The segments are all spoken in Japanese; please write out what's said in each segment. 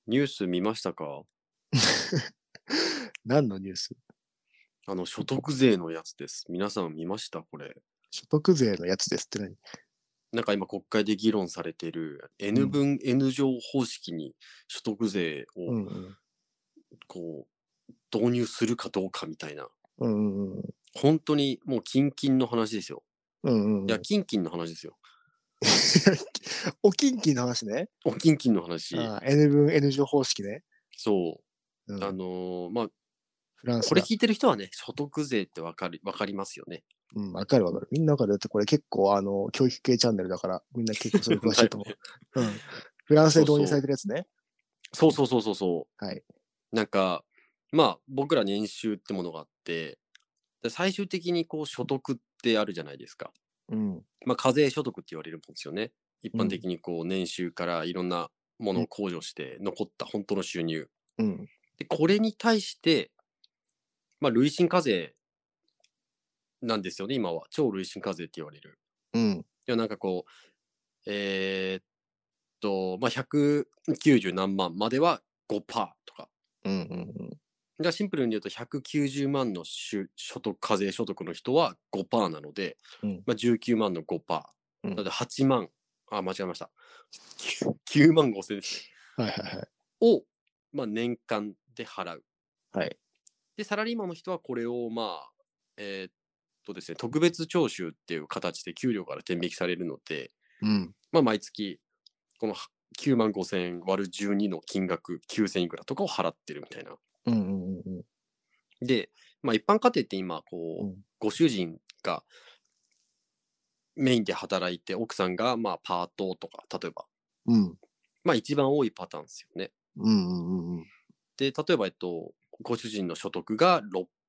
ニュース見ましたか？ 何のニュース？ 所得税のやつです。皆さん見ましたこれ？ 所得税のやつですって何？ なんか今国会で議論されてる N うん。 分 N 乗方式に所得税をうんうん。 こ導入するかどうかみたいな。 うんうんうん。 本当にもう近々の話ですよ。 うんういや、 んうん。 近々の話ですよ。 お近畿の話ね。 近々の話。 ああ、N 分 N 乗方式ね。 そう。 うん。フランスだ。 これ聞いてる人はね、所得税ってわかりますよね。 うん、わかるわかる。みんなわかる。だってこれ結構教育系チャンネルだから、みんな結構それ詳しいと思だよね。 う。うん。フランスで導入されそうそう。 てるやつね。 そう。 はい。 なんか、僕ら年収ってものがあって、で、最終的にこう所得ってあるじゃないですか。 うん。 課税所得って言われるもんですよね。一うん。 般的にこう年収からいろんなもうん。 のを控除して残った本当の収入。 うん。 で、これに対して、累進課税なんですよね、今は。超累進課税って言われる。 うん。 でもなんかこう、190何万までは5%とか。 うんうんうん。 じゃあシンプルに言うと190万の所得、課税所得の人は5%なので、 うん。 19万の5%。 うん。 なので8万、間違えました。9万5千ですね。 はいはいはい。 を、年間で払う。 はい。 で、サラリーマンの人はこれを、ですね、特別徴収っていう形で給料から転引きされるので、 うん。 毎月、この9万5千割る12の金額、9千いくらとかを払ってるみたいな。 うんうんうんうん。 で、一般家庭って今、 うん。 ご主人がメインで働いて、奥さんがパートとか、例えば、 うん。 一番多いパターンですよね。 うんうんうんうん。 で、例えば、ご主人の所得が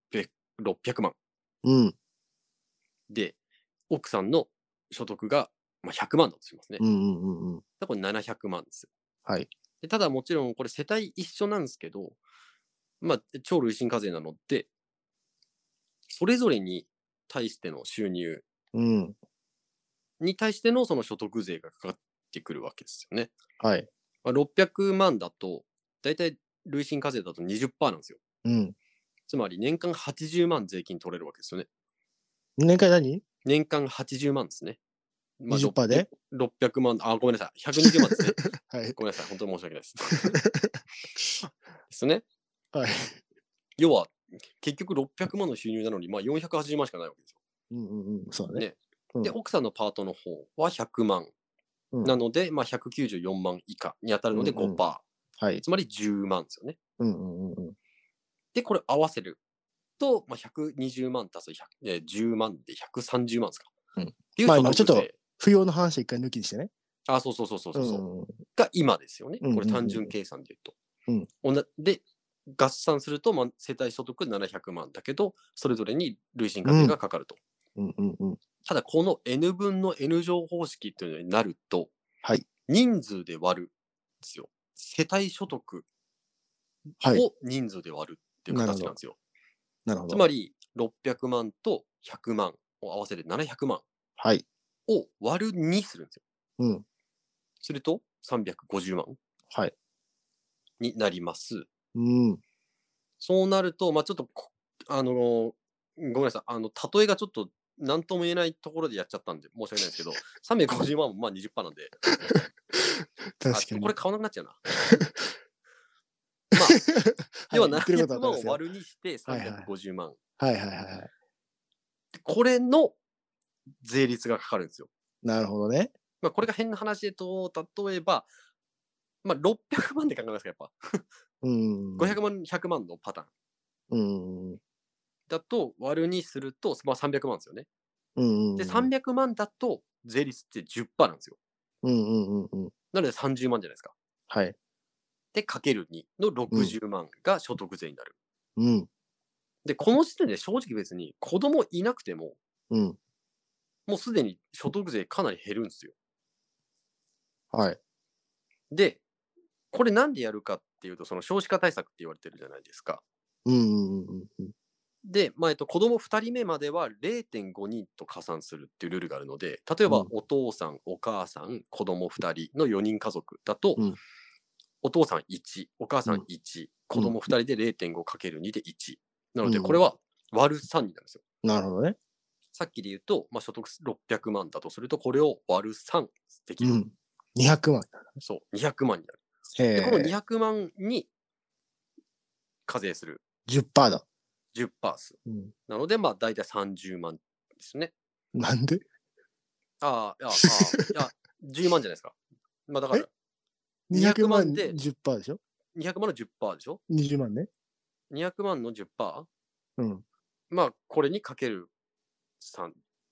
600万うん。 で、奥さんの所得が100万だとしますね。 うんうんうんうん。 だからこれ700万です。 はい。 で、ただもちろんこれ世帯一緒なんですけど、超累進課税なので、それぞれに対しての収入うん。 に対してのその所得税がかかってくるわけですよね。 はい。 600万だと、だいたい累進課税だと20%なんですよ。 うん。 つまり年間80万税金取れるわけですよね。 年間何年間80万ですね。 ?20% で 600万、ごめんなさい。120万ですね。 はい。 ごめんなさい。本当に申し訳ないです。ですね。 はい。 要は、結局600万の収入なのに、480万しかないわけですよ。 うんうんうん。そうだね。 ね。で、 うん。 奥さんのパートの方は100万。 うん。 なので、194万以下に当たるのでうんうん。 5%。 はい。 つまり10万ですよね。 うんうんうんうん。 で、これ合わせると、120万足す10万で130万ですか。 うん。 っていう所今ちょっと、 得税。 不要の話一回抜きにしてね。 そう。 うん。うんが今ですよね。 うんこれうん。 単純計算で言うと。 うん。 で、合算すると、世帯所得700万だけど、それぞれに累進課うん。 税がかかると。 うんうんうん。 ただ、この N 分の N 乗方式っていうのになると、 はい。 人数で割るんですよ。世帯所得はい。 を人数で割るっていうなるほど。 形なんですよ。 なるほど。 つまり、600万と100万を合わせて700万はい。 を割る2するんですよ。 うん。 すると、350万はい。 になります。 うん。 そうなると、ちょっとごめんなさい。例えがちょっと何とも言えないところでやっちゃったんで申し訳ないですけど、350万も20%なんで、ちょっとこれ確かに。 買わなくなっちゃうな。まあ、要ははい。言ってること 700 わかりますよ。 万を割るにしてはいはい。 350万。 はいはいはいはい。 これの税率がかかるんですよ。 なるほどね。 これが変な話でと、例えば、600万で考えますか、やっぱ。 うん。 500万、100万のパターンうん。 だと割るにすると、300万ですよね。 うんうで、 んうん。 300万だと税率って10%なんですよ。 うんうんうんうん。 なので30万じゃないですか。 はい。 で、かける2のうん。 60万が所得税になる。 うん。 で、この時点で正直別に子供いなくても、 うん。 もうすでに所得税かなり減るんですよ。 はい。 で、これなんでやるかっていうと、その少子化対策って言われてるじゃないですか。 うんうんうんうん。 で、子供2人目までは0.5人と加算するっていうルールがあるので、例えうん。 ばお父さん、お母さん、子供2人の4人家族だと、 うん。 お父さん1、お母さん1、子供2人で 0.5×2 で1。なので、これは割る3になるんですよ。 なるほどね。 さっきで言うと、まあ、所得600万だとすると、これを割る3できる。 200万。 そう、200万になる。で、この200万に課税する。 10%だ。 10%数。なので、まあ、大体30万ですね。 なんでいや、10万じゃないですか。まあ、だから、 200 200 万万で、 10%でしょ 200万の 10% でしょ ?20 万ね。 200万の 10%? うん。 まあ、これにかける3。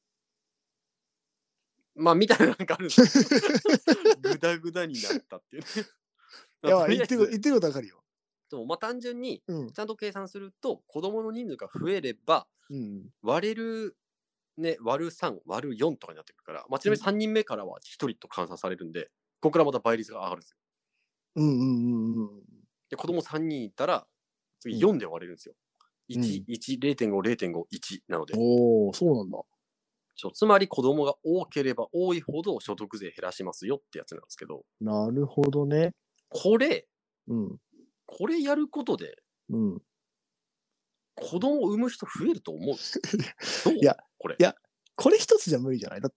まあ、みたいななんかあるんですよ。ぐだぐだになったっていうね。 いや、言ってることわかるよ。 でも、まあ、単純に、 うん。 ちゃんと計算すると、子供の人数が増えれば、割れる、ね、割る3、割る4とかになってくるから、まあ、ちなみに3人目からは1人と換算されるんで、ここからまた倍率が上がるんですよ。で、子供3人いたら、次4で割れるんですよ。1、1、0.5、0.5、1なので。 おー、そうなんだ。 つまり子供が多ければ多いほど所得税減らしますよってやつなんですけど。 なるほどね。 これやることで、子供を産む人増えると思う。どういや、 これ。 いや、これ一つじゃ無理じゃないだって、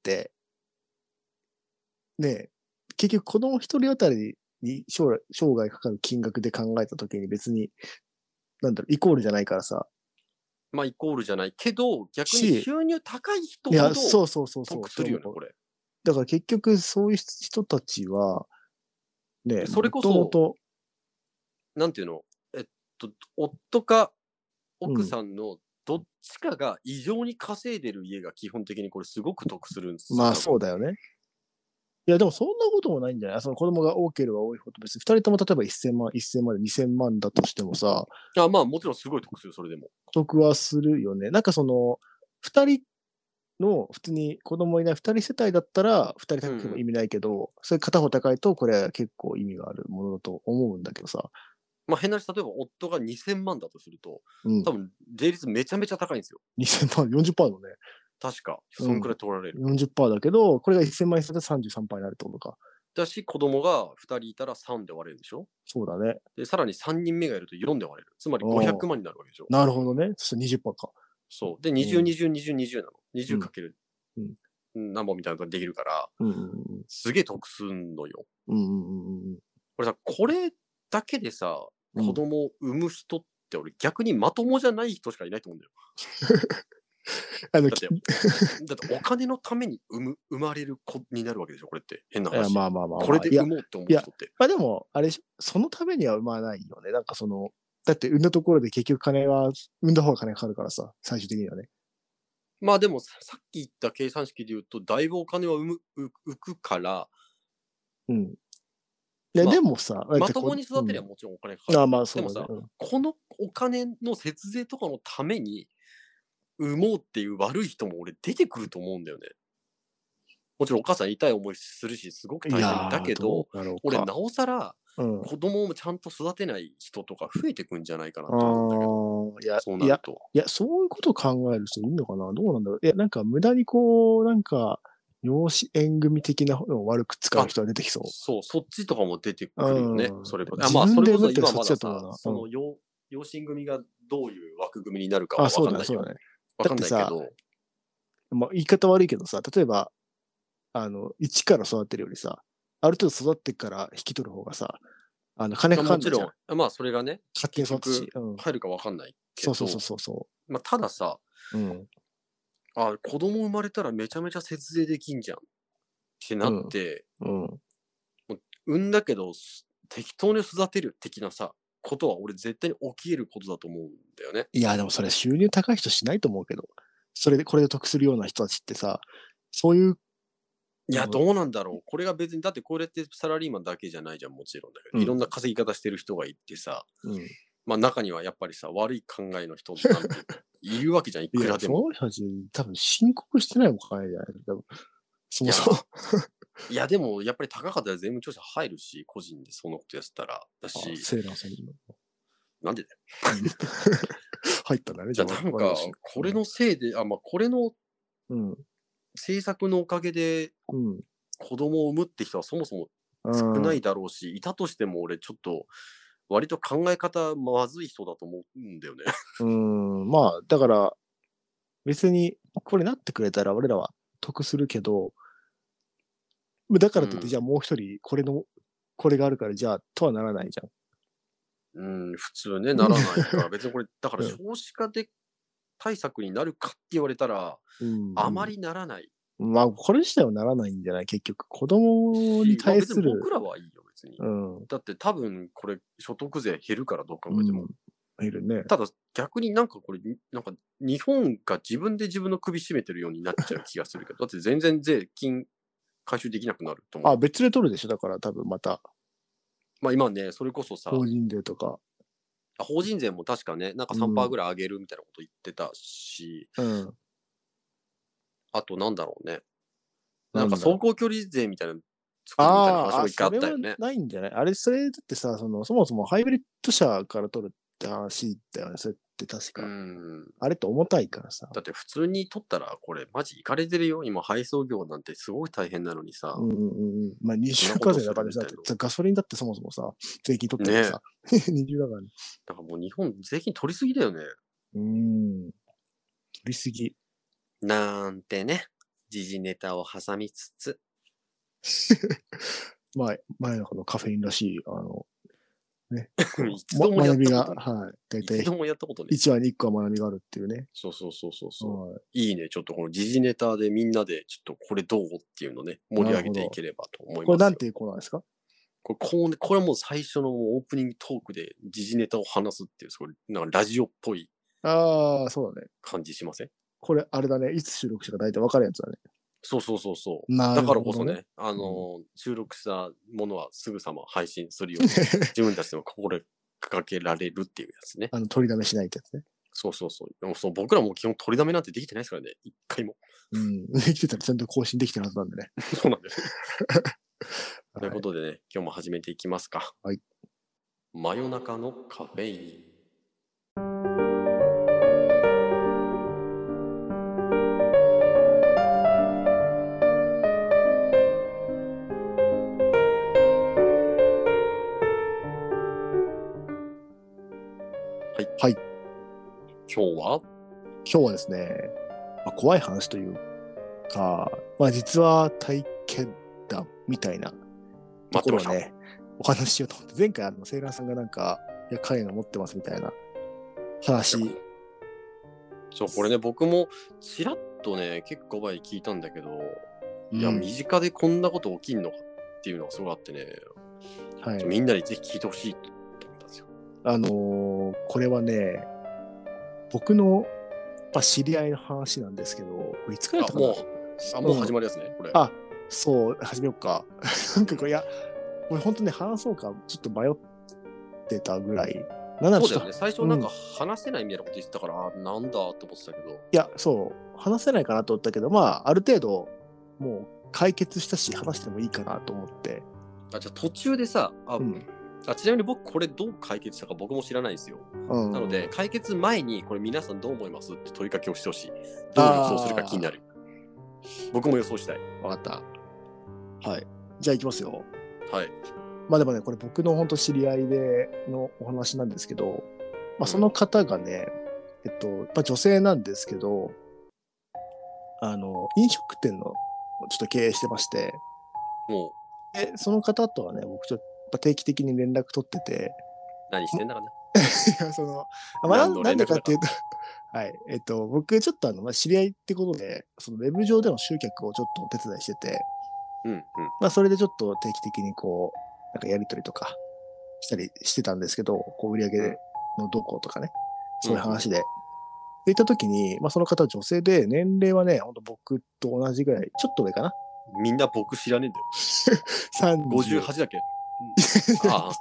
ね結局子供一人当たりに生涯かかる金額で考えたときに別に、イコールじゃないからさ。 まあ、イコールじゃないけど、逆に収入高い人ほど得するよね、これ。 だから結局そういう人たちは、ね、 それこそ、なんていうの、夫か奥さんのどっちかが異常に稼いでる家が基本的にこれすごく得するんですよ。 まあそうだよね。いやでもそんなこともないんじゃない？その子供が多ければ多いほど別に2人とも例えば1000万で2000万だとしてもさ。 まあもちろんすごい得する、それでも。 得はするよね。なんかその、2人の普通に子供いない2人世帯だったら2人高くても意味ないけど、それ片方高いとこれは結構意味があるものだと思うんだけどさ。 まあ変な話、例えば夫が2000万だとすると、多分税率めちゃめちゃ高いんですよ。 2000万、40%だね。 確か、そんくらい取られる。 40% だけど、これが1000万円だと 33% になるってことか。 だし、子供が2人いたら3で割れるでしょ。 そうだね。 で、さらに3人目がいると4で割れる。つまり500万になるわけでしょ。 なるほどね。そして 20% か。 そう。で、20、20、20、20なの。20かける何本みたいなのができるから、すげえ得すんのよ。これさ、これだけでさ、子供を産む人って俺逆にまともじゃない人しかいないと思うんだよ。だってお金のために生まれる子になるわけでしょ、これって。変な話。これで産もうって思う人って。 まあでも、あれ、そのためには産まないよね。なんかその、だって産んだところで結局産んだ方が金かかるからさ、最終的にはね。 まあでもさっき言った計算式で言うと、だいぶお金は浮くから、 いや、でもさ、 まともに育てればもちろんお金かかる。 まあそうでもさ、このお金の節税とかのために産もうっていう悪い人も俺出てくると思うんだよね。もちろんお母さん痛い思いするし、すごく大変だけど、俺なおさら子供をちゃんと育てない人とか増えてくんじゃないかなと思うんだけど、そうなると。 いや、そういうことを考える人いるのかな？どうなんだろう。いや、なんか無駄にこう、なんか、養子縁組的なのを悪く使う人が出てきそう。 そう、そっちとかも出てくるよね。それこそ。 まあ、それこそ今まださ、その養子組がどういう枠組みになるかは分かんないよ。分かんないけど。 まあ、言い方悪いけどさ、例えば、一から育てるよりさ、ある程度育ってから引き取る方がさ、金かかんないじゃん。 もちろん、まあそれがね、 勝手に育つし。 入るか分かんないけど。 そう。 まあたださ、子供生まれたらめちゃめちゃ節税できんじゃんってなって、産んだけど適当に育てる的なさ、ことは俺絶対に起きることだと思うんだよね。 いや、でもそれ収入高い人しないと思うけど、これで得するような人たちってさ、そういう。 いや、どうなんだろう。これが別に、だってこれってサラリーマンだけじゃないじゃん、もちろんだけど、いろんな稼ぎ方してる人がいてさ、まあ中にはやっぱりさ、悪い考えの人なんているわけじゃん、いくらでも。 その人たち多分申告してないお金じゃない多分。そもそも。 いや、でもやっぱり高かったら税務調査入るし、個人でそのことやったら。だし。 セーラーさんに。 なんでだよ。 入ったんだね、 じゃあなんか、これのせいで、これの政策のおかげで、子供を産むって人はそもそも少ないだろうし、いたとしても俺ちょっと割と考え方まずい人だと思うんだよね。 まあ、だから、別に、これなってくれたら俺らは得するけど、だからといって、じゃあもう一人、これがあるから、じゃあ、とはならないじゃん。 普通ね、ならないから、別にこれ、だから少子化で対策になるかって言われたら、あまりならない。 まあ、これ自体はならないんじゃない結局。子供に対する。 別に僕らはいいよ、別に。だって多分、これ、所得税減るから、どう考えても。 減るね。 ただ、逆になんかこれ、なんか、日本が自分で自分の首絞めてるようになっちゃう気がするけど、だって全然税金回収できなくなると思う。 別で取るでしょだから多分また。 まあ今ね、それこそさ、 法人税とか。 法人税も確かね、なんか 3% ぐらい上げるみたいなこと言ってたし、あとなんだろうね。なんか走行距離税みたいな作るみたいな話も一回あったよね。 それはないんじゃないそれだってさ、そもそもハイブリッド車から取るって話だよね。それって確か。あれって重たいからさ。 だって普通に取ったらこれマジいかれてるよ。今配送業なんてすごい大変なのにさ。 まあ二重課税だからさ、ガソリンだってそもそもさ、税金取ってるさ。二重だからね。 だからもう日本税金取りすぎだよね。 取りすぎ。 なんてね。時事ネタを挟みつつ。 前のこのカフェインらしい、ね。 一度もやったことない。 はい。大体、 一度もやったことない。 1話に1個は学びがあるっていうね。 そう。いいね。ちょっとこの時事ネタでみんなで、ちょっとこれどうっていうのね、盛り上げていければと思います。 これなんていうコーナーですか？ これもう最初のオープニングトークで時事ネタを話すっていう、それ、なんかラジオっぽい。 そうだね。 感じしません？ これ、あれだね。いつ収録したか大体分かるやつだね。 そう。だからこそね、収録したものはすぐさま配信するように、自分たちでも心がけられるっていうやつね。 取りだめしないってやつね。 そう。でも僕らも基本取りだめなんてできてないですからね。一回も。 できてたらちゃんと更新できてるはずなんでね。 そうなんですね。ということでね、今日も始めていきますか。 はい。 真夜中のカフェイン。はい。今日はですね、怖い話というか、実は体験談みたいなところをね、お話ししようと思って、前回セーラーさんがなんか、いや、彼が持ってますみたいな話。 これね、僕もちらっとね、結構前に聞いたんだけど、いや、身近でこんなこと起きんのかっていうのがすごいあってね、みんなにぜひ聞いてほしいと思ったんですよ。 これはね、僕の知り合いの話なんですけど、これいつからやったかな？ もう始まりですね、これ。 そう、始めようか。なんかこれ本当ね、話そうか、ちょっと迷ってたぐらい。 そうだよね、最初なんか話せないみたいなこと言ってたから、なんだと思ってたけど。 いや、そう、話せないかなと思ったけど、ある程度、もう解決したし、話してもいいかなと思って。 じゃあ途中でさ、ちなみに僕これどう解決したか僕も知らないですよ。なので解決前にこれ皆さんどう思いますって問いかけをしてほしい。どう予想するか気になる。僕も予想したい。 わかった。はい。じゃあ行きますよ。 はい。 でもね、これ僕の本当知り合いでのお話なんですけど、その方がね、女性なんですけど、飲食店のちょっと経営してまして、で、その方とはね、僕ちょっと定期的に連絡取ってて。 何してんだかね。 なんでかっていうと、はい。僕ちょっと知り合いってことで、そのウェブ上での集客をちょっとお手伝いしてて、それでちょっと定期的にこう、なんかやり取りとかしたりしてたんですけど、こう売り上げの動向とかね、そういう話で。で、行った時に、その方は女性で、年齢はね、ほんと僕と同じぐらい、ちょっと上かな。 みんな僕知らねえんだよ。58だっけ？ はい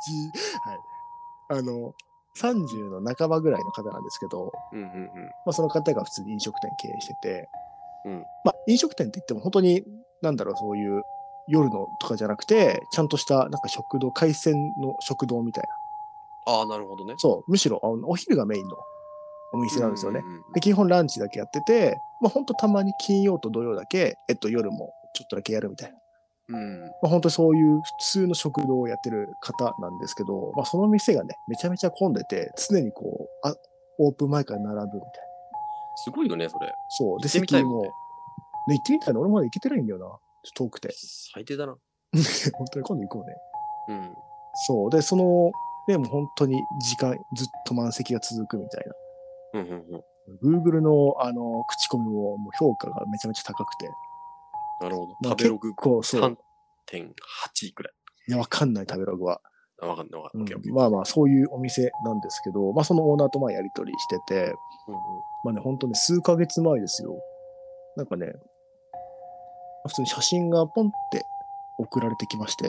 。30の半ばぐらいの方なんですけど、その方が普通に飲食店経営してて、飲食店って言っても本当に、そういう夜のとかじゃなくて、ちゃんとしたなんか食堂、海鮮の食堂みたいな。なるほどね。 そう、むしろお昼がメインのお店なんですよね。で、基本ランチだけやってて、本当たまに金曜と土曜だけ、夜もちょっとだけやるみたいな。 本当にそういう普通の食堂をやってる方なんですけど、その店がね、めちゃめちゃ混んでて、常にこう、オープン前から並ぶみたいな。 すごいよね、それ。 そう。で、 行ってみたいもんね。 ね、行ってみたいな。俺まだ行けてないんだよな。ちょっと遠くて。 最低だな。 本当に今度行こうね。 うん。 そう。で、でも本当に時間、ずっと満席が続くみたいな。Google の、口コミももう評価がめちゃめちゃ高くて。 なるほど。食べログ3.8くらい。 いや、わかんない、食べログは。 わかんない。 そういうお店なんですけど、そのオーナーとやりとりしてて、本当に数ヶ月前ですよ。なんかね、普通に写真がポンって送られてきまして、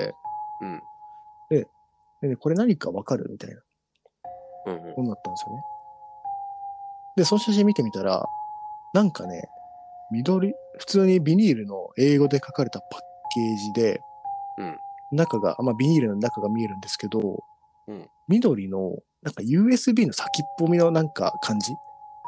で、これ何かわかるみたいな。こうなったんですよね。で、その写真見てみたら、なんかね、普通にビニールの英語で書かれたパッケージで、中が、ビニールの中が見えるんですけど、緑の、なんか USB の先っぽみのなんか感じ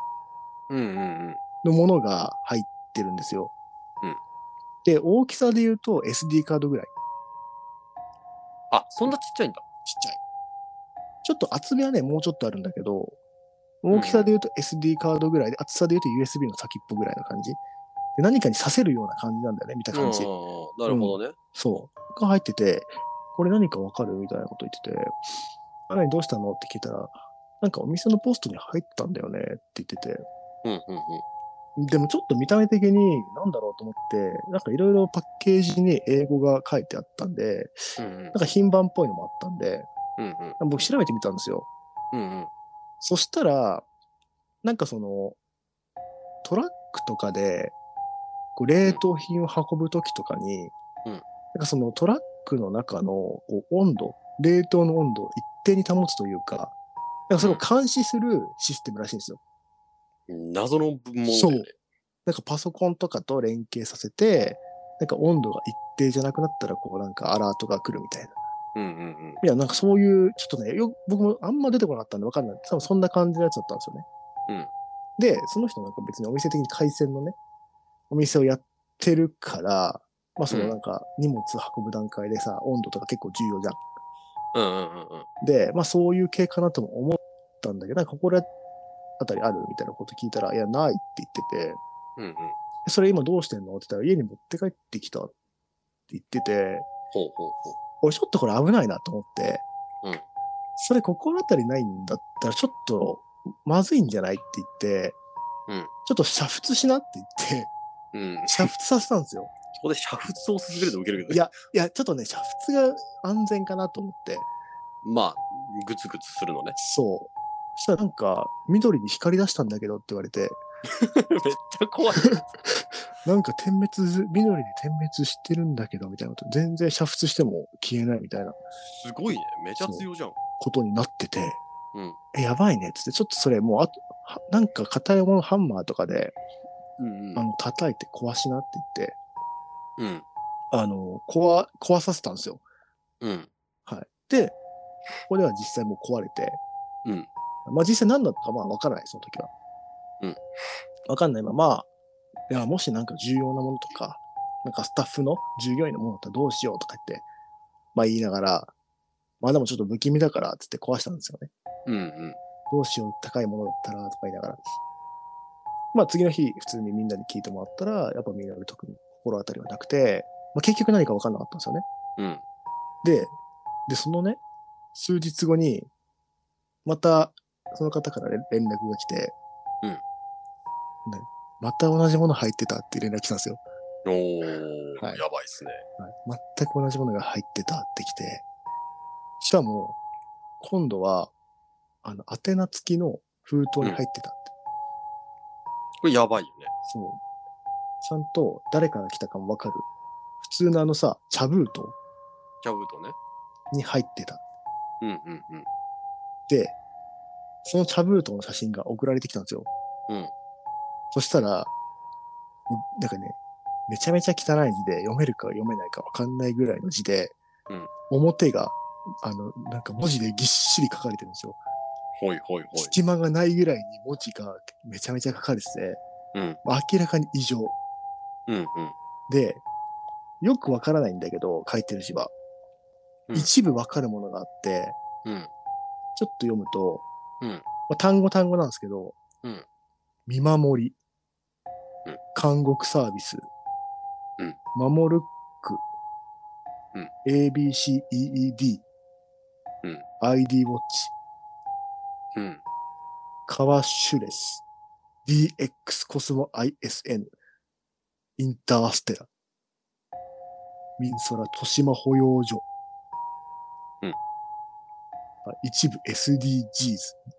のものが入ってるんですよ。で、大きさで言うと SD カードぐらい。 あ、そんなちっちゃいんだ。 ちっちゃい。ちょっと厚みはね、もうちょっとあるんだけど、大きさで言うと SD カードぐらいで、厚さで言うと USB の先っぽぐらいの感じ。で、何かに刺せるような感じなんだよね、見た感じ。 なるほどね。 そう。が入ってて、これ何かわかるみたいなこと言ってて、何どうしたのって聞いたら、なんかお店のポストに入ったんだよねって言ってて。でもちょっと見た目的になんだろうと思って、なんかいろいろパッケージに英語が書いてあったんで、なんか品番っぽいのもあったんで、僕調べてみたんですよ。そしたら、なんかトラックとかで、冷凍品を運ぶときとかに、なんかトラックの中の温度、冷凍の温度を一定に保つというか、なんかそれを監視するシステムらしいんですよ。 謎のものだよね。 そう。なんかパソコンとかと連携させて、なんか温度が一定じゃなくなったら、なんかアラートが来るみたいな。いや、なんかそういう、ちょっとね、僕もあんま出てこなかったんで分かんない。多分そんな感じのやつだったんですよね。で、その人なんか別にお店的に海鮮のね、お店をやってるから、なんか荷物運ぶ段階でさ、温度とか結構重要じゃん。で、そういう系かなとも思ったんだけど、なんかこれあたりあるみたいなこと聞いたら、いや、ないって言ってて、それ今どうしてんのって言ったら、家に持って帰ってきたって言ってて、俺ちょっとこれ危ないなと思って、それ心当たりないんだったらちょっとまずいんじゃないって言って、ちょっと煮沸しなって言って、煮沸させたんですよ。 そこで煮沸を進めると受けるけどね。いや、ちょっとね、煮沸が安全かなと思って。 グツグツするのね。 そう。そしたらなんか、緑に光り出したんだけどって言われて。 めっちゃ怖い。 なんか緑に点滅してるんだけど、みたいなこと。全然煮沸しても消えないみたいな。 すごいね。めちゃ強じゃん。 ことになってて。やばいね。つって、ちょっとそれもう、なんか硬いものハンマーとかで、叩いて壊しなって言って、壊させたんですよ。はい。で、ここでは実際もう壊れて、実際何だったかわからない、その時は。わかんないまま、いや、もしなんか重要なものとか、なんかスタッフの従業員のものだったらどうしようとか言って、言いながら、でもちょっと不気味だからつって壊したんですよね。どうしよう、高いものだったらとか言いながら。次の日、普通にみんなに聞いてもらったら、やっぱみんなで特に心当たりはなくて、結局何か分かんなかったんですよね。で、そのね、数日後に、また、その方から連絡が来て、また同じもの入ってたって連絡来たんですよ。 やばいっすね。 全く同じものが入ってたって来て、しかも、今度は、宛名付きの封筒に入ってたって。 これやばいよね。 そう。ちゃんと誰から来たかもわかる。普通の茶封筒ね。 に入ってた。で、その茶封筒の写真が送られてきたんですよ。そしたら、なんかね、めちゃめちゃ汚い字で読めるか読めないかわかんないぐらいの字で、表が、なんか文字でぎっしり書かれてるんですよ。隙間がないぐらいに文字がめちゃめちゃ書かれてて、明らかに異常。で、 よくわからないんだけど、書いてる字は。 うん一部わかるものがあって、 うんちょっと読むと、 うんまあ、単語なんですけど、 うん見守り、 うん監獄サービス、 うん守るく、 うん ABCEED、 うん ID ウォッチ、 うんカワシュレス、DX コスモ ISN、インターステラ、ミンソラ豊島保養所、 うん一部 SDGs、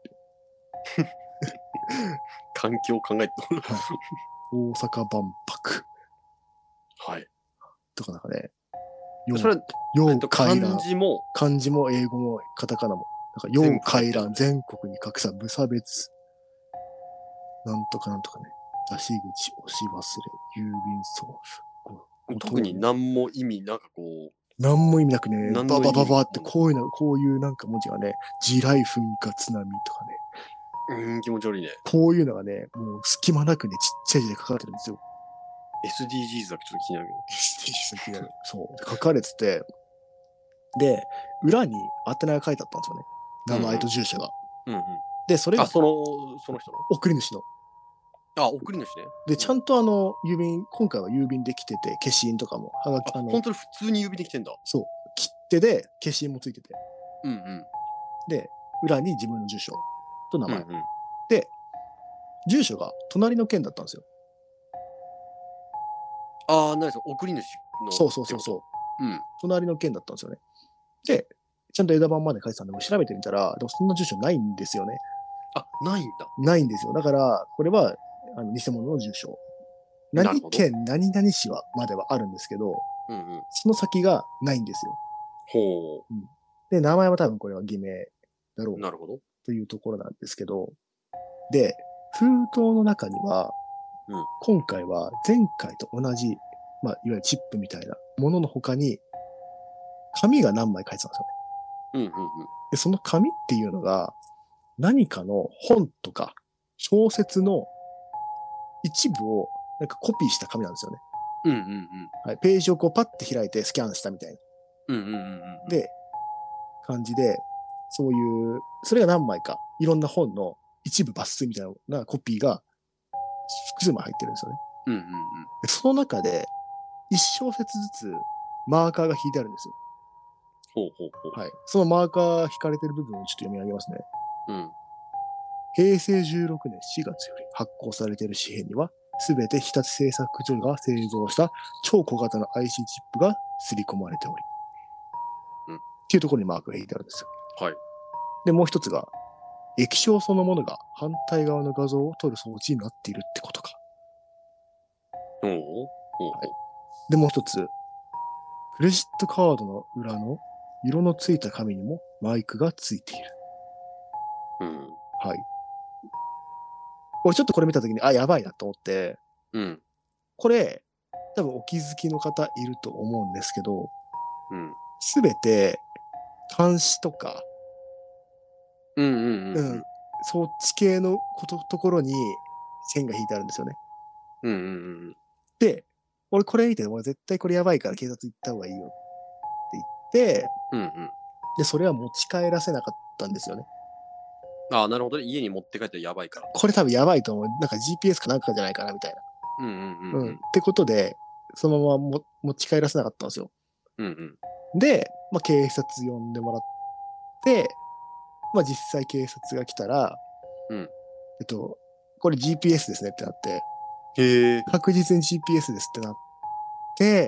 環境を考えておる。 はい、大阪万博はい。 とかなんかね、 それは、漢要回覧、 字も漢字も英語もカタカナも、なんか要回覧全国に格差無差別、なんとかなんとかね、出し口押し忘れ、郵便送付、 特に何も意味、なんかこう、 何も意味なくね、バ何の意味もバババってこういうなんか文字がね、地雷噴火津波とかね、 気持ち悪いね。 こういうのがね、もう隙間なくね、ちっちゃい字で書かれてるんですよ。 SDGs だけちょっと気になるけど。 そう。書かれてて、で、裏に宛名が書いてあったんですよね。名前と住所が。 うんうん。 で、それがあ、その人の送り主の。 あ、送り主ね。 で、ちゃんと郵便、今回は郵便できてて、消印とかも、はがき、 あ、本当に普通に指できてんだ。 そう、切手で消印もついてて。 うんうん。 で、裏に自分の住所と名前。 うんうん、 で、住所が隣の県だったんですよ。 ああ、何それ、送り主の。 そうそうそうそう。 うん。 隣の県だったんですよね。で、ちゃんと枝番まで書いてたんで、も調べてみたら、でもそんな住所ないんですよね。 あ、ないんだ。 ないんですよ。だから、これは、偽物の住所。何県何々市は、まではあるんですけど、 うんうん。 その先がないんですよ。 ほう。 で、名前は多分これは偽名だろうなるほど。 というところなんですけど、で、封筒の中には、 うん今回は前回と同じ、まあ、いわゆるチップみたいなものの他に、紙が何枚書いてたんですよね。 うんうんうん。 で、その紙っていうのが、何かの本とか小説の一部をなんかコピーした紙なんですよね。 うんうんうん。 はい、ページをこうパッて開いてスキャンしたみたいな。 うんうんうんうん。 で、感じで、そういう、それが何枚か、いろんな本の一部抜粋みたいなコピーが複数枚入ってるんですよね。 うんうんうん。 でその中で、一小節ずつマーカーが引いてあるんですよ。 ほうほうほう。 はい。そのマーカー引かれてる部分をちょっと読み上げますね。 うん。 平成16年4月より発行されている紙幣には、すべて日立製作所が製造した超小型の IC チップが刷り込まれており、 うんっていうところにマークが引いてあるんですよ。 はい。 で、もう一つが、液晶そのものが反対側の画像を撮る装置になっているってことか。 ほうほうほう。 で、もう一つ、クレジットカードの裏の色のついた紙にもマイクがついている。 うん。 はい。俺ちょっとこれ見たときに、あ、やばいなと思って、 うん。 これ、多分お気づきの方いると思うんですけど、 うん。 すべて、監視とか、 うんうんうん。うん。 そっち系のところに線が引いてあるんですよね。 うんうんうん。 で、俺これ見て、俺絶対これやばいから警察行った方がいいよって言って、 うんうん。 で、それは持ち帰らせなかったんですよね。 ああ、なるほどね。家に持って帰ったらやばいから。 これ多分やばいと思う。なんか GPS かなんかじゃないかなみたいな。 うんうんうんうん。 ってことで、そのまま持ち帰らせなかったんですよ。 うんうん。 で、まあ、警察呼んでもらって、まあ、実際警察が来たら、 うん。 これ GPS ですねってなって、 へえ。 確実に GPS ですってなって、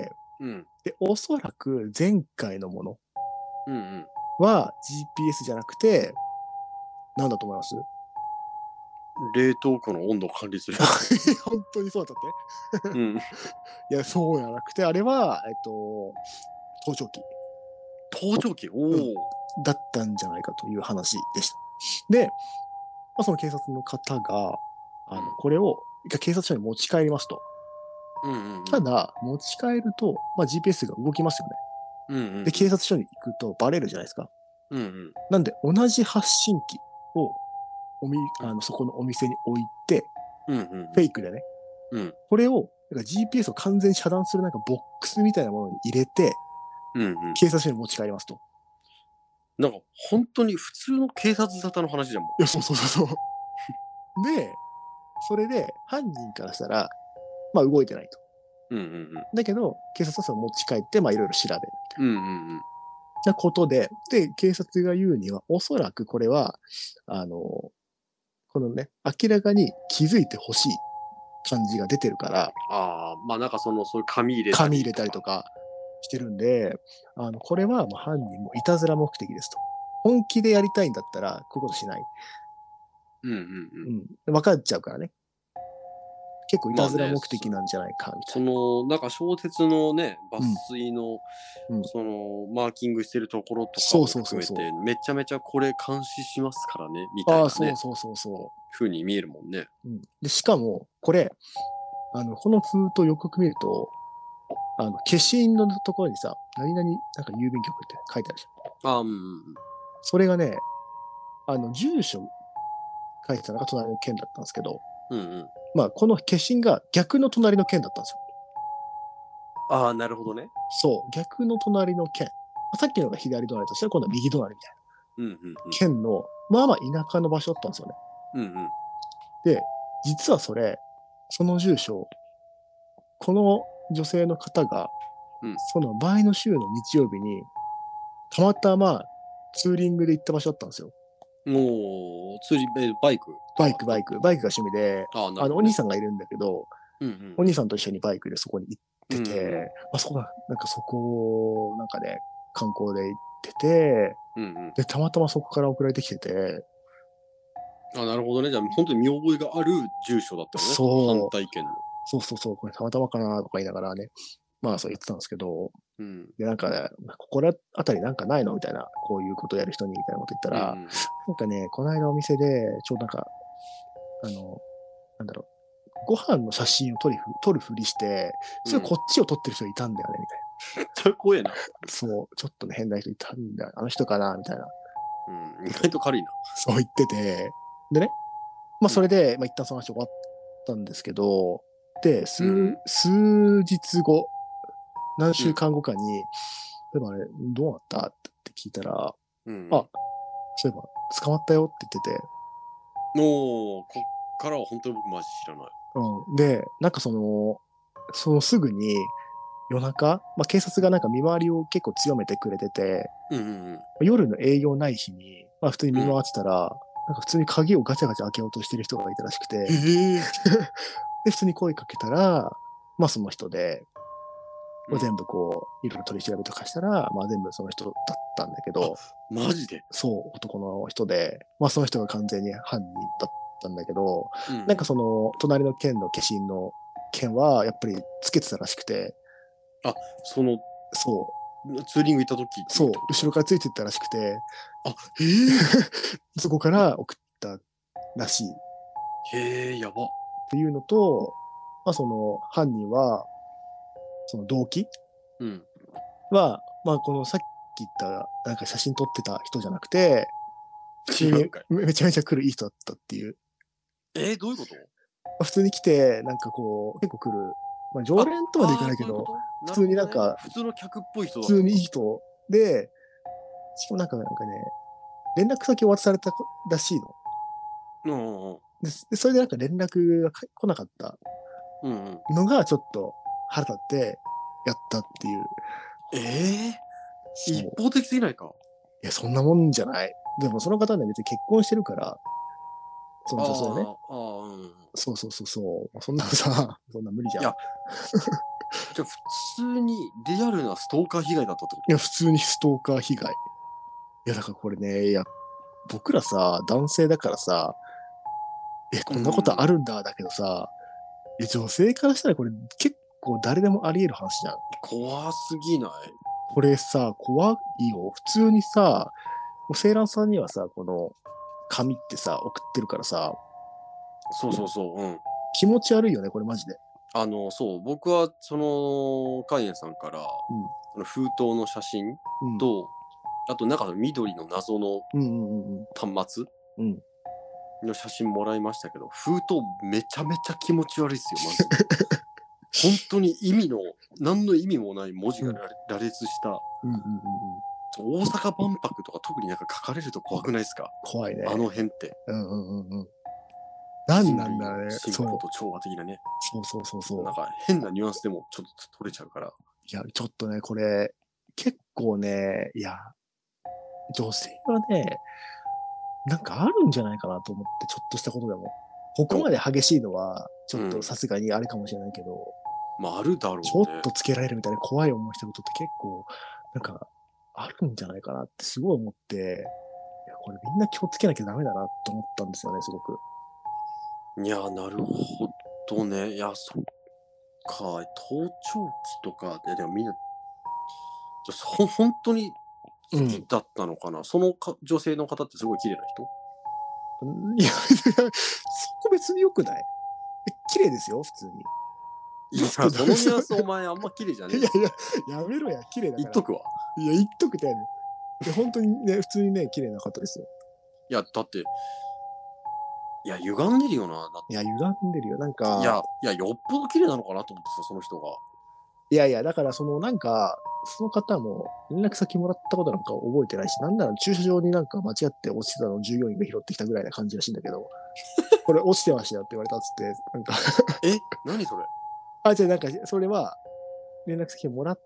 うん。 で、おそらく前回のものうんうん。 は GPS じゃなくて、なんだと思います冷凍庫の温度を管理する。 本当にそうだったって。 うん。 いや、そうじゃなくて、あれは、盗聴器盗聴器おお、 だったんじゃないかという話でした。で、まあ、その警察の方が、これを警察署に持ち帰りますと。 うんうんうん。 ただ、持ち帰ると、まあ、GPS が動きますよね。 うんうんうん。 で、警察署に行くとバレるじゃないですか。 うんうん。 なんで、同じ発信機をそこのお店に置いて、 うんうん。 フェイクでね、 うん。 これをなんか GPS を完全に遮断するなんかボックスみたいなものに入れて、 うんうん。 警察署に持ち帰りますと。 なんか本当に普通の警察沙汰の話じゃんもいや、そうそうそうそう。で、それで犯人からしたら、まあ動いてないと。 う。うんうんうん。 だけど、警察はそれを持ち帰って、まあいろいろ調べるみたいうんうんうん。 なことで、で、警察が言うには、おそらくこれは、このね、明らかに気づいてほしい感じが出てるから、 ああ、まあなんかそういう紙入れたり。 紙入れたりとかしてるんで、これはもう犯人もいたずら目的ですと。本気でやりたいんだったら、こういうことしない。 うんうんうん。 分かっちゃうからね。結構いたずらまあね目的なんじゃないか、みたそいな。 のなんか小説のね抜粋の、 うんそのマーキングしてるところとかそうもそうそうそう含めてめちゃめちゃこれ監視しますからねみたいなああ、 ねそうそうそうそ風に見えるもんね。 う。で、しかも、これ、この封筒よくよく見ると、消印のところにさ、何々、なんか郵便局って書いてあるじゃん。 ああうんうんそれがね、住所書いてたのが隣の県だったんですけど、 うんうんうん。 まあ、この消印が逆の隣の県だったんですよ。 ああなるほどね。 そう、逆の隣の県。さっきのが左隣としたら今度は右隣みたいなうんうんうん県の、まあまあ田舎の場所だったんですよね。 うんうんで、実はそれ、その住所、この女性の方が、 うんその前の週の日曜日に、たまたまツーリングで行った場所だったんですよ。 もう通じバイクバイクが趣味で、 ああなるほど、 おね、 兄さんがいるんだけど、 うんうんお兄さんと一緒にバイクでそこに行ってて、 うんうんまあ、そこが、なんかそこを、なんかね、観光で行ってて、 うんうんで、たまたまそこから送られてきてて、 あなるほどね。じゃあ本当に見覚えがある住所だったよね。 そう反対県の。 そうそうそう、これたまたまかなとか言いながらね、まあそう言ってたんですけど、 うんで、なんかね、ここらあたりなんかないのみたいな、こういうことやる人にみたいなこと言ったら、 うんうんなんかね、この間お店で、ちょうどなんか、なんだろう、ご飯の写真を撮るふりして、それこっちを撮ってる人いたんだよね、みたいめっちゃ怖えな。 な。そう、ちょっとね、変な人いたんだよ。あの人かなみたいな。 うん、意外と軽いな。 そう言ってて、でね、まあそれで、まあ一旦その話終わったんですけど、で、数日後、何週間後かに、そういえばあれ、どうなったって聞いたら、 うん、 あ、そういえば捕まったよって言ってて、 おー、こっからは本当に僕マジ知らない。 で、なんかそのすぐに夜中、まあ、警察がなんか見回りを結構強めてくれてて、 うんうん夜の営業ない日に、まあ普通に見回ってたら、なんか普通に鍵をガチャガチャ開けようとしてる人がいたらしくて、 うん。へえ。 で、普通に声かけたら、まあその人で、 うん全部こう、いろいろ取り調べとかしたら、まあ全部その人だったんだけど、 マジで。 そう、男の人で、まあその人が完全に犯人だったんだけど、 うんなんかその、隣の県の消印の件は、やっぱりつけてたらしくて、 そのそツーリング行った時う、そう、後ろからついてったらしくて、 あ、へえ。 そこから送ったらしいっへえ、やば。 ていうのと、まあその、犯人は、その動機うん。 は、まあこのさっき言った、なんか写真撮ってた人じゃなくて、普通に違うかい。 めちゃめちゃ来るいい人だったっていう。 どういうこと普通に来て、なんかこう、結構来る。まあ、常連とまでいかないけど、普通になんか、 普通の客っぽい人だ普通にいい人で、しかもなんかね、連絡先を渡されたらしいの。 うんで、それでなんか連絡が来なかったうんうんうん。 のがちょっと腹立ってやったっていう。そう一方的すぎないか。 いや、そんなもんじゃない。でもその方ね、別に結婚してるから、その女性はね。 うん。 そうそうそうそう。そんなさ、そんな無理じゃん。 いやじゃあ普通にリアルなストーカー被害だったってこいや、普通にストーカー被害。いや、だからこれね、いや、僕らさ、男性だからさ、こんなことあるんだ、だけどさ、女性からしたらこれ結構誰でもあり得る話じゃん。 と怖すぎないこれさ、怖いよ。普通にさ、もうセイランさんにはさ、この紙ってさ、送ってるからさ、 そうそうそう。うん。 気持ち悪いよね、これマジで。 そう、僕はその、カイエンさんから、 うん。 その封筒の写真うん。 と、あと中の緑の謎のうんうんうん端末うん。うん。 の写真もらいましたけど、封筒めちゃめちゃ気持ち悪いっすよ、マジで。 本当に何の意味もない文字が羅列した、 うんうんうんうん。 大阪万博とか特になんか書かれると怖くないですか？ 怖いね。 あの辺って。 うんうんうんうん。何なんだろうね。 進歩と調和的なね。 そう。 なんか変なニュアンスでもちょっと取れちゃうから。 いや、ちょっとね、これ、結構ね、いや、女性はね、なんかあるんじゃないかなと思って、ちょっとしたことでも。ここまで激しいのは、ちょっとさすがにあれかもしれないけど、 まああるだろうね。 ちょっとつけられるみたいな怖い思いしたことって結構、なんか、あるんじゃないかなってすごい思って、いや、これみんな気をつけなきゃダメだなと思ったんですよね、すごく。 いや、なるほどね。いや、そっか。盗聴器とか、でもみんな、本当に好きだったのかな、その女性の方ってすごい綺麗な人？ いや、そこ別に良くない？綺麗ですよ、普通に。 いや、そのニュアンスお前あんま綺麗じゃねえ。 いや、やめろや、綺麗だから。 言っとくわ。 いや、言っとくってやる。いや、本当にね、普通にね、綺麗な方ですよ。 いや、だって、いや、歪んでるよな。だっていや、歪んでるよ。なんか、 いや、よっぽど綺麗なのかなと思ってさ、その人が。 いや、だからなんか、その方も連絡先もらったことなんか覚えてないし、なんなら駐車場になんか間違って落ちてたのを従業員が拾ってきたぐらいな感じらしいんだけど、これ落ちてましたよって言われたっつって、なんか何それ？ じゃあなんか、それは連絡先もらって、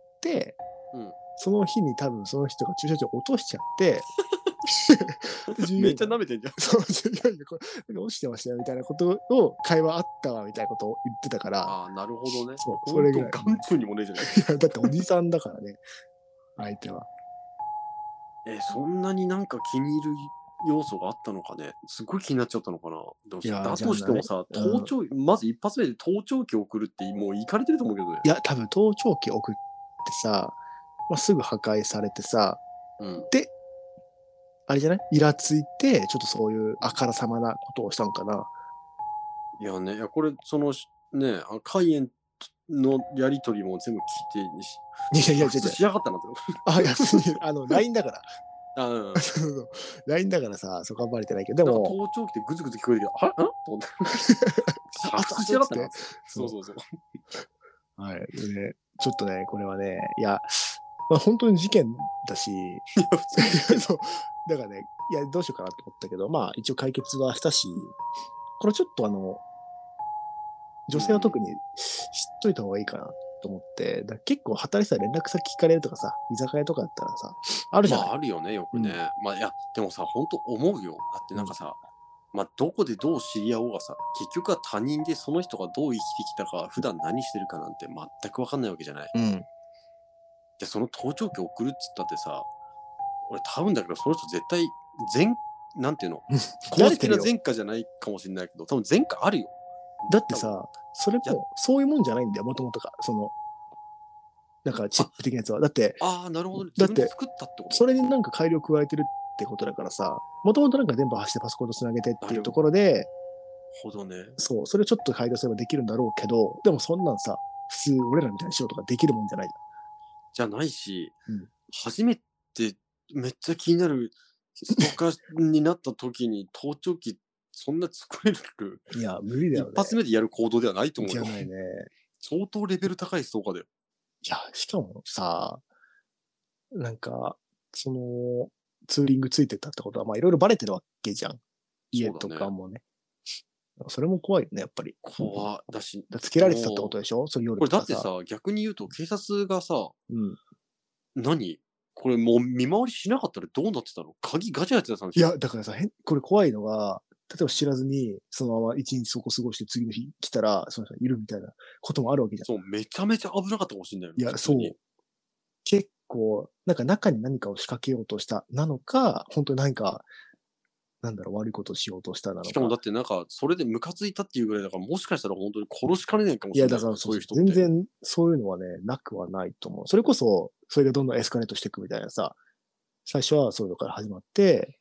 その日に多分その人が駐車場落としちゃって、 めっちゃ舐めてんじゃん。 そう、従業員が落ちてましたよみたいなことを、会話あったわみたいなことを言ってたから、 ああ、なるほどね。 そう、それぐらい。 眼中にもねえじゃない。 いや、だっておじさんだからね、相手は。 そんなになんか気に入る要素があったのかね。すごい気になっちゃったのかな。でもだとしてもさ、まず一発目で盗聴器を送るってもういかれてると思うけどね。 いや、多分盗聴器送ってさ、すぐ破壊されてさ、で、あれじゃないイラついて、ちょっとそういうあからさまなことをしたのかな。 いやね、これ、ね、海援のやりとりも全部聞いて、 いや、 しやがったなって。 いや、普通に、LINE だから。 そうそう。LINE だからさ、そこはバレてないけど、でも。 盗聴器ってグズグズ聞こえるけど、と思って。発しやがったな。そう。 はい。で、ちょっとね、これはね、いや、本当に事件だし、そう。だからね、いや、どうしようかなと思ったけど、一応解決はしたし、これちょっと女性は特に知っといた方がいいかなと思って、結構働いてたら連絡先聞かれるとかさ、居酒屋とかだったらさ、あるじゃない。 あるよね、よくね。いや、でもさ、本当思うよ。だってなんかさ、どこでどう知り合おうがさ、結局は他人でその人がどう生きてきたか、普段何してるかなんて全く分かんないわけじゃない。で、その盗聴器送るっつったってさ、俺多分だけど、その人絶対、なんていうの、公式な前科じゃないかもしれないけど、多分前科あるよ。 だってさ、それも、そういうもんじゃないんだよ、もともとが。なんかチップ的なやつは。だって、 なるほど、ね。自分で作ったってこと？ それになんか改良加えてるってことだからさ、もともとなんか電波発してパソコンとつなげてっていうところで、 ほどね。 そう、それちょっと改良すればできるんだろうけど、でもそんなんさ、普通俺らみたいな仕事ができるもんじゃないじゃないし、初めてめっちゃ気になるストーカーになった時に盗聴器そんな作れる？ いや、無理だよね。 一発目でやる行動ではないと思うよ。 じゃないね。 相当レベル高いストーカーだよ。 いや、しかもさ、なんか、ツーリングついてたってことは、いろいろバレてるわけじゃん。家とかもね。それも怖いよね、やっぱり。 怖だし。 つけられてたってことでしょ？その夜これだってさ、逆に言うと警察がさ、何これもう見回りしなかったらどうなってたの？鍵ガチャやってたんいや、だからさ、これ怖いのが、例えば知らずに、そのまま一日そこ過ごして次の日来たら、その人いるみたいなこともあるわけじゃん。 そう、めちゃめちゃ危なかったかもしれないよ。 いや、そう。結構、なんか中に何かを仕掛けようとしたなのか、本当に何か、なんだろう、悪いことをしようとしたなのか。 しかもだってなんか、それでムカついたっていうぐらいだから、もしかしたら本当に殺しかねないかもしれない。いや、だからそういう人って。全然そういうのはね、なくはないと思う。それこそ、それがどんどんエスカレートしていくみたいなさ、最初はそういうのから始まって、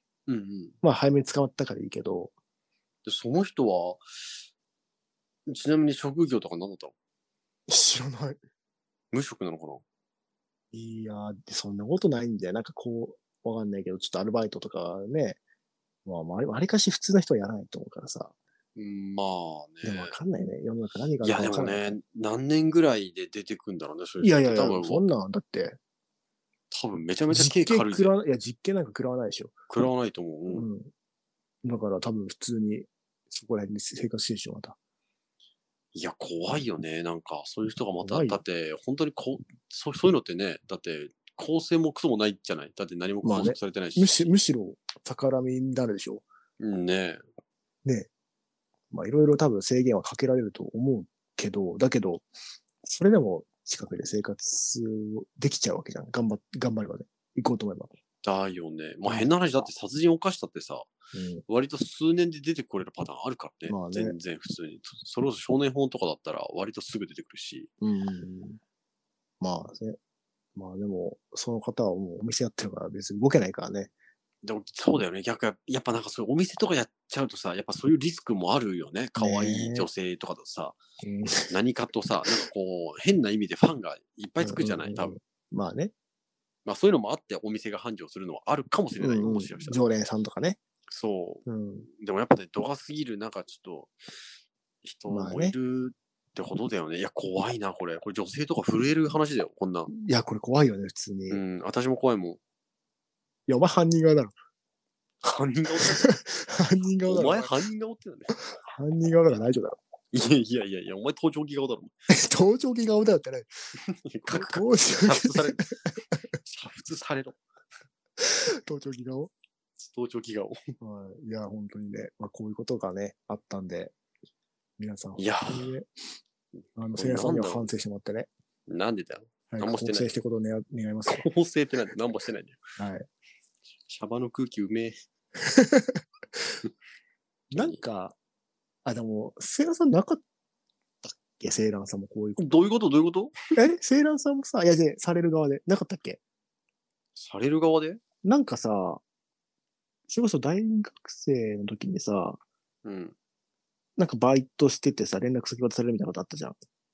早めに捕まったからいいけど。 で、その人は、ちなみに職業とか何だったの？ 知らない。 無職なのかな？ いや、そんなことないんだよ。なんかわかんないけど、ちょっとアルバイトとかね、わりかし普通の人はやらないと思うからさ。 まあでもわね。 かんないね。世の中何があいや、でもるかわからない。 ね、何年ぐらいで出てくんだろうね、そういういやいやいや、 人って。 そんなん、だって、 多分めちゃめちゃ実刑軽いぜ。 いや、実刑なんか食らわないでしょ。 食らわないと思う。うん。 うん。だから多分普通に、そこら辺で生活してるでしょ、また。 いや、怖いよね。なんか、そういう人がまた、 怖いよ。 だって、本当にそういうのってね、だって、公正もクソもないじゃない。だって何もまあね。 拘束されてないし。 むしろ、逆らみになるでしょ。 うんね。 ね。まあいろいろ多分制限はかけられると思うけど、だけど、それでも近くで生活できちゃうわけじゃん。頑張ればね。行こうと思えば。 だよね。まあ変な話、だって殺人犯したってさ、 うん。 割と数年で出てこれるパターンあるからね。 まあね全然普通に。それこそ少年法とかだったら割とすぐ出てくるし。 うん。まあね。まあでも、その方はもうお店やってるから別に動けないからね。 でもそうだよね。やっぱなんかそういうお店とかやっちゃうとさ、やっぱそういうリスクもあるよね。可愛い女性とかだとさ、 うん。 何かとさ、なんかこう、変な意味でファンがいっぱいつくじゃない、多分。 まあね。 まあそういうのもあってお店が繁盛するのはあるかもしれないよ、もしかしたら。 常連さんとかね。 そうん。 う。でもやっぱね、度が過ぎる、なんかちょっと、人もいるってことだよね。いや、怖いな、これ。これ女性とか震える話だよ、こんなん。 いや、これ怖いよね、普通に。い私も怖いもん。 や、お前犯人側だろ。 犯人がおって犯人側だろ。 お前犯人がおってなんだよ。 犯人側だから大丈夫だろ。 いや、お前盗聴器顔だろ。 盗聴器側だよってね。 カクカク盗聴煮沸される。煮沸されろ。 盗聴器顔盗聴器顔。 いや、本当にね、まあ、こういうことがね、あったんで、皆さん、 いや本当にね、せいやさんには反省してもらってね、 なんでだよ。 はい、 何もしてない更生してことを願いますよ。 構成ってなんて何もしてないんだよ。 はい。 シャバの空気うめえ。 なんか、でも、セイランさんなかったっけセイランさんもこういうこどういうことどういうことと。セイランさんもさ、いや、される側で、なかったっけされる側でなんかさ、それこそ大学生の時にさ、 うん。 なんかバイトしててさ、連絡先渡されるみたいなことあったじゃん。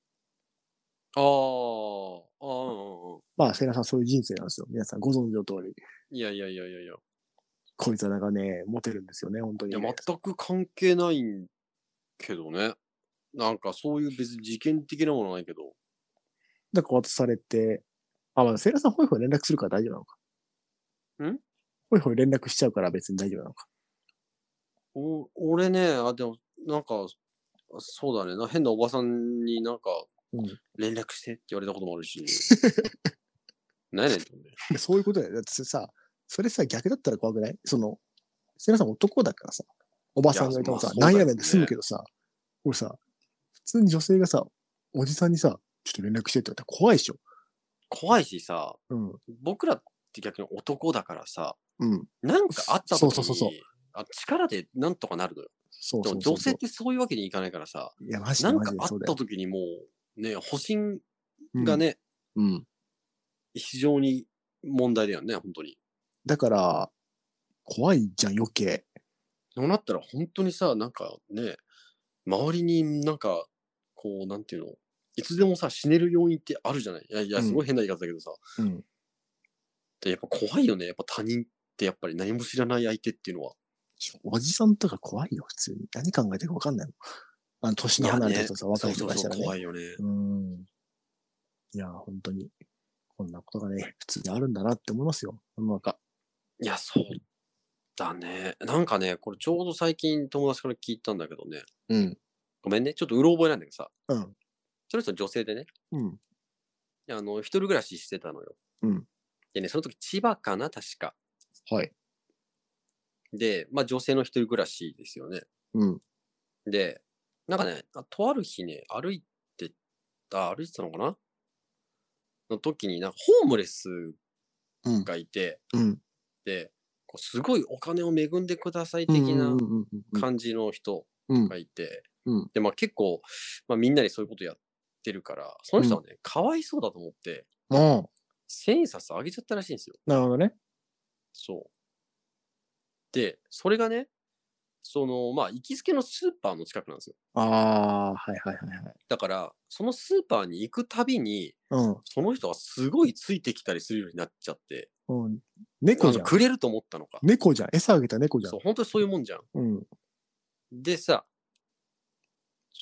まあ、セイランさんそういう人生なんですよ。皆さんご存知の通り。 いや。 こいつはなんかね、モテるんですよね、本当に、 いや、 ね。 全く関係ないんけどね。なんかそういう別に事件的なものはないけど。 だから渡されて、まあ、セイラさんホイホイ連絡するから大丈夫なのか。ホイホイ連絡しちゃうから別に大丈夫なのか。 俺ね、でも、なんか、そうだね。変なおばさんになんか、連絡してって言われたこともあるし。何やねんって思うね。 そういうことだよ。だってさ、それさ、逆だったら怖くないセイラさん男だからさ、おばさんがいてもさ、なんやねんで済むけどさ、俺さ、普通に女性がさ、おじさんにさ、ちょっと連絡してって言ったら怖いでしょ。 怖いしさ、 うん。 僕らって逆に男だからさ、 うん。 なんかあった時そうに、力でなんとかなるのよ。 そうそうでも女性ってそういうわけにいかないからさ、 いや、マジでなんかマジでそうだよ。 あった時にもう、ね、保身がね、 うん。 非常に問題だよね、本当に。 だから、怖いじゃん、余計。 そうなったら本当にさ、なんかね、周りになんか、こう、なんていうの、いつでもさ、死ねる要因ってあるじゃない。いや、すごい変な言い方だけどさ。で、やっぱ怖いよね。やっぱ他人ってやっぱり何も知らない相手っていうのは。 おじさんとか怖いよ、普通に。何考えてるか分かんないもん。年の離れた人さ、若い人からしたらね。 怖いよね。 いや、本当に、こんなことがね、普通にあるんだなって思いますよ、世の中。 いや、そうだね。なんかね、これちょうど最近友達から聞いたんだけどね。ごめんね、ちょっとうろ覚えなんだけどさ。その人女性でね。一人暮らししてたのよ。でね、その時千葉かな、確か。 はい。 で、まあ女性の一人暮らしですよね。で、なんかね、とある日ね、歩いてたのかなの時に、なんかホームレスがいて、で、こうすごいお金を恵んでください的な感じの人がいて、で、まあ結構、まあみんなにそういうことやってるから、その人はね、かわいそうだと思って、千円札あげちゃったらしいんですよ。 なるほどね。 そう。で、それがね、まあ、行きつけのスーパーの近くなんですよ。 はいはい。 だから、そのスーパーに行くたびに、その人がすごいついてきたりするようになっちゃって、 猫じゃん。 くれると思ったのか。 猫じゃん。餌あげた猫じゃん。 そう、本当にそういうもんじゃん。でさ、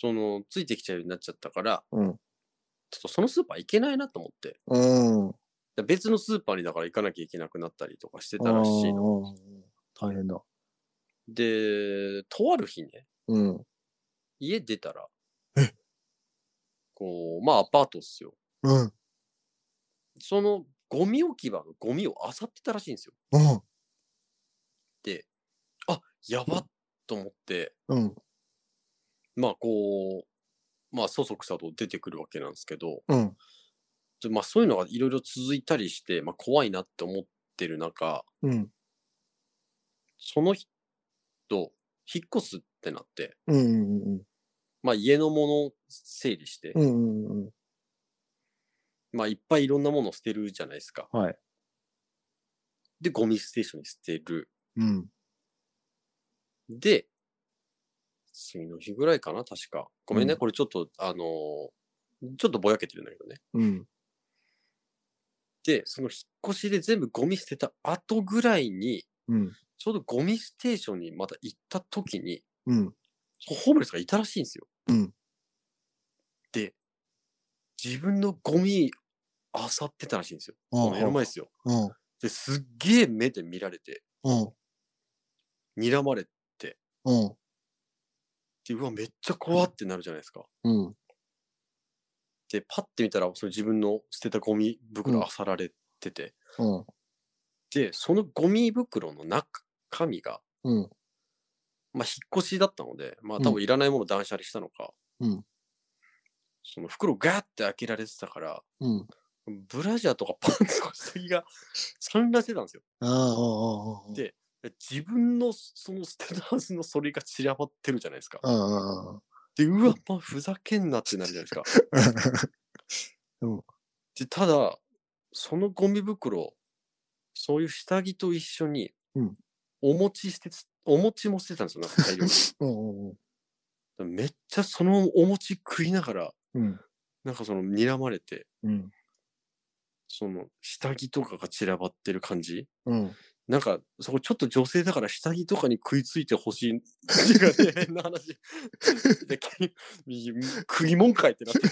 ついてきちゃうようになっちゃったから、 うん。 ちょっとそのスーパー行けないなと思って、 うん。 別のスーパーにだから行かなきゃいけなくなったりとかしてあたらしいの。 あ、大変だ。 で、とある日ね、 うん。 家出たら、 えまあアパートっすよ。 うん。 そのゴミ置き場のゴミを漁ってたらしいんですよ。 うん。 で、あ、やばっと思って、 うん。 まあまあそそくさと出てくるわけなんですけど、 うん。 まあそういうのがいろいろ続いたりして、まあ怖いなって思ってる中、 うん。 その人、引っ越すってなって、 うんうんうん。 まあ家のものを整理して、 うんうんうん。 まあいっぱいいろんなものを捨てるじゃないですか。 はい。 で、ゴミステーションに捨てる。 うん。 で、次の日ぐらいかな、確か。ごめんね、 うんこれちょっと、ちょっとぼやけてるんだけどね。 うん。 で、その引っ越しで全部ゴミ捨てた後ぐらいに、 うん。 ちょうどゴミステーションにまた行った時に、 うん。 ホームレスがいたらしいんですよ。 うん。 で、自分のゴミ漁ってたらしいんですよ。 うん。 もう目の前ですよ。 うん。 で、すっげえ目で見られて、 うん。 睨まれて、 うん。 で、うわ、めっちゃ怖ってなるじゃないですか。 うん。 で、パッて見たら、その自分の捨てたゴミ袋漁られてて、 うん。 で、そのゴミ袋の中身が、 うん。 まあ、引っ越しだったので、まあ、 うん。 多分いらないもの断捨離したのか、 うん。 その袋ガーって開けられてたから、 うん。 ブラジャーとかパンツとか下着が散乱してたんですよ。 ああ、ああ、 で、自分のその捨てたはずのそれが散らばってるじゃないですか。 ああ、ああ。 で、うわ、まあ、ふざけんなってなるじゃないですか。 うん。 で、ただ、そのゴミ袋、そういう下着と一緒に、 うん。 お餅も捨ててたんですよ、なんか大量に。 うんうんめっちゃそのお餅食いながら、 うん。 なんか睨まれて、 うん。 その下着とかが散らばってる感じ。 うん。 なんか、そこちょっと女性だから下着とかに食いついてほしいっていうかね、変な話。で食いもんかいってなって、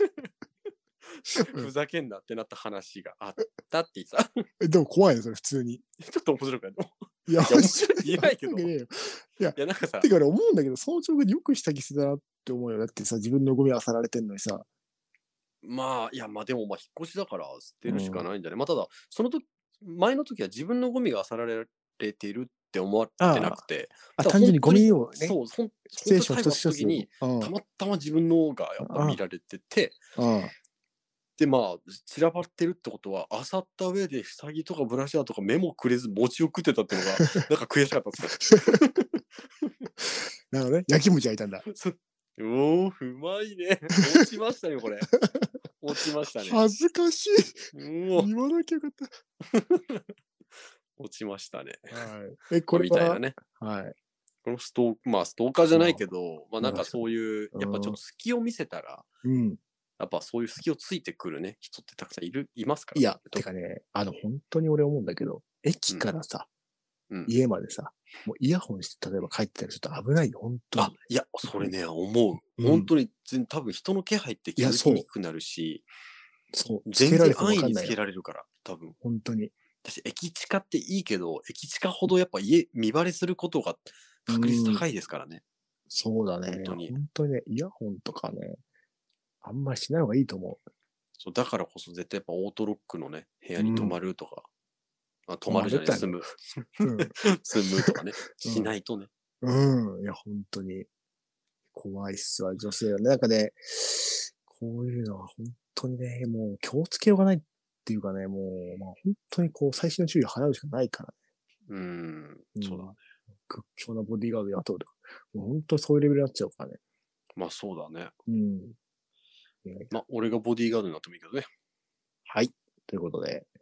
ふざけんなってなった話があったって言ってた。 でも怖いよ、それ普通に。 ちょっと面白くない。 いや、 面白いって言えないけど。 いやいやいや、なんかさて、か俺思うんだけど、その状況でよく下着捨てたなって思うよ。だってさ、自分のゴミ漁られてんのにさ。 まあ、いや、まあでも、まあ、引っ越しだから捨てるしかうん。 ないんじゃない。まあ、ただ、前の時は自分のゴミが漁られているって思ってなあくて、 あ、 ただ単純にゴ本当に、 ミをね、 そう、 ステーション本当に最後一つ一つ。 会った時に、 うん。 たまたま自分のがやっぱ見られてて、 うん。 で、まあ、散らばってるってことは、漁った上で下着とかブラシャーとか目もくれず餅を食ってたっていうのが、なんか悔しかったんですよ。 なるほどね。焼き餅焼いたんだ。 おー、うまいね。落ちましたよ、これ。落ちましたね。 恥ずかしい。 うお、 言わなきゃよかっ落ちましたね。 た。はい。これは、 みたいなね。 はい。 このまあ、ストーカーじゃないけど、まあなんか確かに。 そういう、やっぱちょっと隙を見せたら、 うん。 やっぱそういう隙をついてくるね、人ってたくさんいますから。 いや、てかね、本当に俺思うんだけど、駅からさ、 うん。 家までさ、もうイヤホンして例えば帰ってたらちょっと危ないよ、本当あに。、 いや、それね、思う。 うん本当に、多分人の気配って気づきにくくなるし、 そう、つ全けられても然安易につわかんないよ。 けられるから、多分。 本当に。 私、駅近っていいけど、駅近ほどやっぱ見バレすることが確率高いですからね。 そうだね。 本当に本当にね、イヤホンとかね、あんまりしない方がいいと思そう、だからこそ絶対やっぱオートロックのね、部屋に泊まるとか、泊う。 まるじゃない、 絶対住む。 うん。 住むとかね、しないとね。 うん。いや、本当に。怖いっすわ、女性はね。なんかね、こういうのは本当にね、もう気をつけようがないっていうかね、もう、まあ本当にこう、細心の注意を払うしかないからそうだね。 屈強なボディーガード雇うとか。もう本当にそういうレベルになっちゃうからね。 まあそうだね。 うん。いやいやまあ俺がボディーガードになってもいいけどね。 はい。ということで、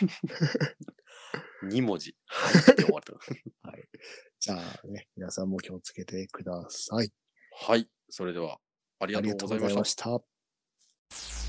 2文字。はいって終わった。 はい。じゃあね、皆さんも気をつけてください。 はい。それでは、ありがとうありがとうござございました。 いました。